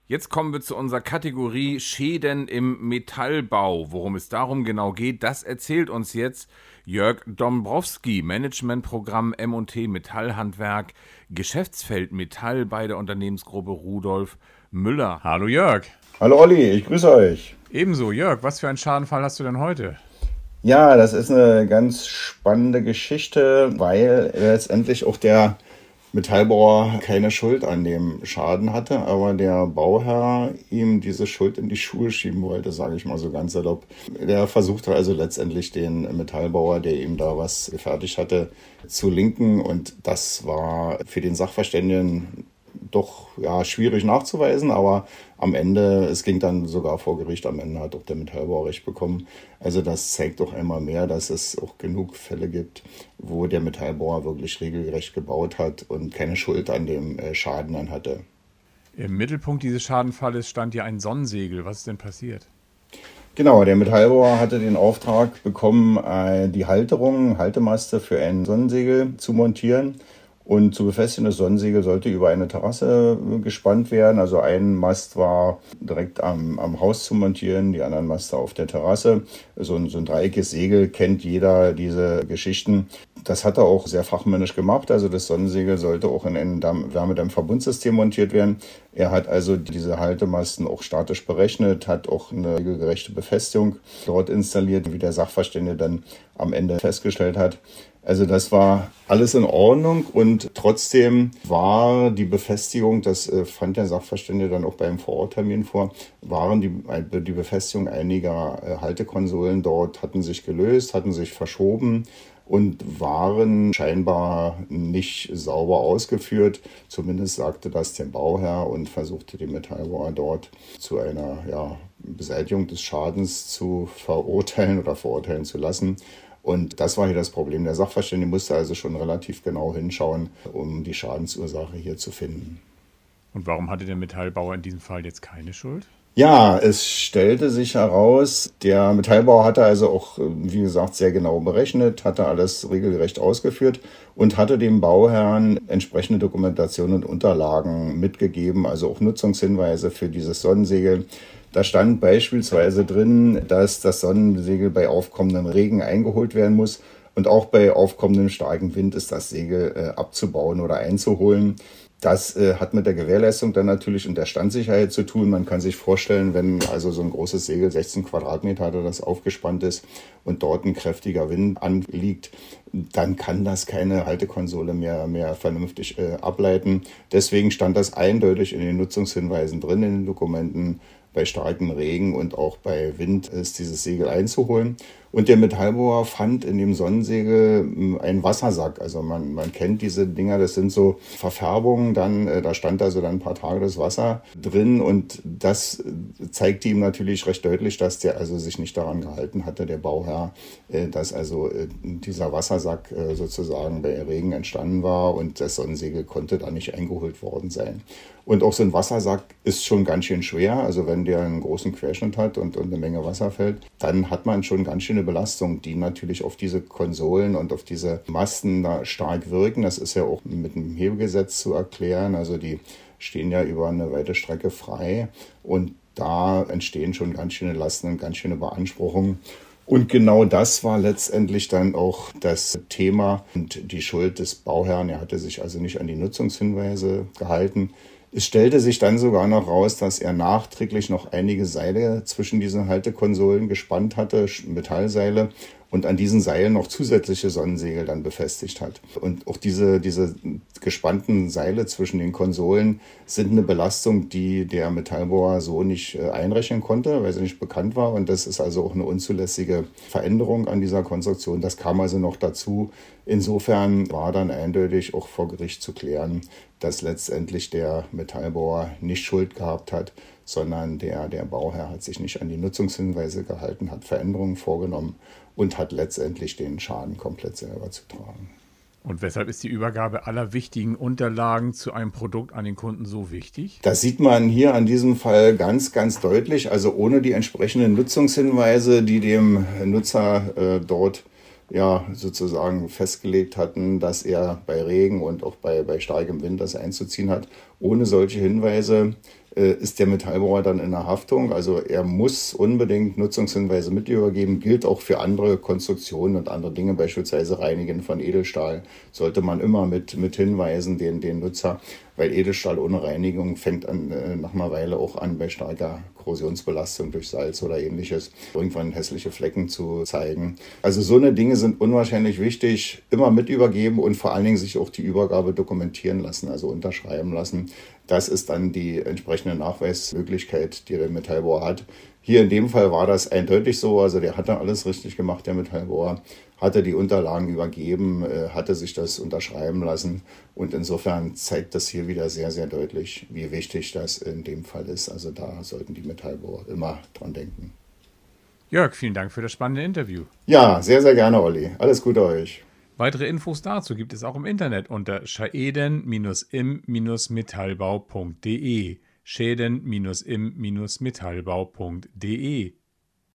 Jetzt kommen wir zu unserer Kategorie Schäden im Metallbau. Worum es darum genau geht, das erzählt uns jetzt Jörg Dombrowski, Managementprogramm M&T Metallhandwerk, Geschäftsfeld Metall bei der Unternehmensgruppe Rudolf Müller. Hallo Jörg. Hallo Olli, ich grüße euch. Ebenso, Jörg, was für einen Schadenfall hast du denn heute? Ja, das ist eine ganz spannende Geschichte, weil letztendlich auch der Metallbauer keine Schuld an dem Schaden hatte, aber der Bauherr ihm diese Schuld in die Schuhe schieben wollte, sage ich mal so ganz salopp. Der versuchte also letztendlich den Metallbauer, der ihm da was gefertigt hatte, zu linken, und das war für den Sachverständigen doch schwierig nachzuweisen, aber am Ende, es ging dann sogar vor Gericht, am Ende hat auch der Metallbauer recht bekommen. Also das zeigt doch einmal mehr, dass es auch genug Fälle gibt, wo der Metallbauer wirklich regelgerecht gebaut hat und keine Schuld an dem Schaden dann hatte. Im Mittelpunkt dieses Schadenfalles stand ja ein Sonnensegel. Was ist denn passiert? Genau, der Metallbauer hatte den Auftrag bekommen, die Haltemaste für ein Sonnensegel zu montieren. Und zu befestigendes Sonnensegel sollte über eine Terrasse gespannt werden. Also ein Mast war direkt am Haus zu montieren, die anderen Maste auf der Terrasse. So ein dreieckiges Segel, kennt jeder diese Geschichten. Das hat er auch sehr fachmännisch gemacht. Also das Sonnensegel sollte auch in ein Wärmedämmverbundsystem montiert werden. Er hat also diese Haltemasten auch statisch berechnet, hat auch eine regelgerechte Befestigung dort installiert, wie der Sachverständige dann am Ende festgestellt hat. Also das war alles in Ordnung, und trotzdem war die Befestigung, das fand der Sachverständige dann auch beim Vororttermin vor, waren die Befestigung einiger Haltekonsolen dort, hatten sich gelöst, hatten sich verschoben und waren scheinbar nicht sauber ausgeführt. Zumindest sagte das der Bauherr und versuchte den Metallbauer dort zu einer Beseitigung des Schadens zu verurteilen zu lassen. Und das war hier das Problem. Der Sachverständige musste also schon relativ genau hinschauen, um die Schadensursache hier zu finden. Und warum hatte der Metallbauer in diesem Fall jetzt keine Schuld? Ja, es stellte sich heraus, der Metallbauer hatte also auch, wie gesagt, sehr genau berechnet, hatte alles regelgerecht ausgeführt und hatte dem Bauherrn entsprechende Dokumentation und Unterlagen mitgegeben, also auch Nutzungshinweise für dieses Sonnensegel. Da stand beispielsweise drin, dass das Sonnensegel bei aufkommendem Regen eingeholt werden muss, und auch bei aufkommendem starken Wind ist das Segel abzubauen oder einzuholen. Das hat mit der Gewährleistung dann natürlich und der Standsicherheit zu tun. Man kann sich vorstellen, wenn also so ein großes Segel, 16 Quadratmeter hatte, das aufgespannt ist und dort ein kräftiger Wind anliegt, dann kann das keine Haltekonsole mehr vernünftig ableiten. Deswegen stand das eindeutig in den Nutzungshinweisen drin, in den Dokumenten. Bei starkem Regen und auch bei Wind ist dieses Segel einzuholen. Und der Metallbauer fand in dem Sonnensegel einen Wassersack. Also man kennt diese Dinger, das sind so Verfärbungen. Da stand also dann ein paar Tage das Wasser drin, und das zeigte ihm natürlich recht deutlich, dass der also sich nicht daran gehalten hatte, der Bauherr, dass also dieser Wassersack sozusagen bei Regen entstanden war, und das Sonnensegel konnte da nicht eingeholt worden sein. Und auch so ein Wassersack ist schon ganz schön schwer. Also wenn der einen großen Querschnitt hat und eine Menge Wasser fällt, dann hat man schon ganz schöne Belastung, die natürlich auf diese Konsolen und auf diese Masten da stark wirken. Das ist ja auch mit dem Hebegesetz zu erklären. Also die stehen ja über eine weite Strecke frei, und da entstehen schon ganz schöne Lasten und ganz schöne Beanspruchungen. Und genau das war letztendlich dann auch das Thema und die Schuld des Bauherrn. Er hatte sich also nicht an die Nutzungshinweise gehalten. Es stellte sich dann sogar noch raus, dass er nachträglich noch einige Seile zwischen diesen Haltekonsolen gespannt hatte, Metallseile, und an diesen Seilen noch zusätzliche Sonnensegel dann befestigt hat. Und auch diese gespannten Seile zwischen den Konsolen sind eine Belastung, die der Metallbauer so nicht einrechnen konnte, weil sie nicht bekannt war. Und das ist also auch eine unzulässige Veränderung an dieser Konstruktion. Das kam also noch dazu. Insofern war dann eindeutig auch vor Gericht zu klären, dass letztendlich der Metallbauer nicht Schuld gehabt hat, sondern der Bauherr hat sich nicht an die Nutzungshinweise gehalten, hat Veränderungen vorgenommen und hat letztendlich den Schaden komplett selber zu tragen. Und weshalb ist die Übergabe aller wichtigen Unterlagen zu einem Produkt an den Kunden so wichtig? Das sieht man hier an diesem Fall ganz, ganz deutlich. Also ohne die entsprechenden Nutzungshinweise, die dem Nutzer dort sozusagen festgelegt hatten, dass er bei Regen und auch bei starkem Wind das einzuziehen hat. Ohne solche Hinweise ist der Metallbauer dann in der Haftung. Also er muss unbedingt Nutzungshinweise mit übergeben, gilt auch für andere Konstruktionen und andere Dinge, beispielsweise Reinigen von Edelstahl, sollte man immer mit hinweisen, den Nutzer, weil Edelstahl ohne Reinigung fängt an, nach einer Weile auch an, bei starker Korrosionsbelastung durch Salz oder ähnliches, irgendwann hässliche Flecken zu zeigen. Also so eine Dinge sind unwahrscheinlich wichtig, immer mit übergeben und vor allen Dingen sich auch die Übergabe dokumentieren lassen, also unterschreiben lassen. Das ist dann die entsprechende Nachweismöglichkeit, die der Metallbauer hat. Hier in dem Fall war das eindeutig so, also der hatte alles richtig gemacht, der Metallbauer, hatte die Unterlagen übergeben, hatte sich das unterschreiben lassen und insofern zeigt das hier wieder sehr, sehr deutlich, wie wichtig das in dem Fall ist. Also da sollten die Metallbauer immer dran denken. Jörg, vielen Dank für das spannende Interview. Ja, sehr, sehr gerne, Olli. Alles Gute euch. Weitere Infos dazu gibt es auch im Internet unter schaeden-im-metallbau.de. Schäden-im-metallbau.de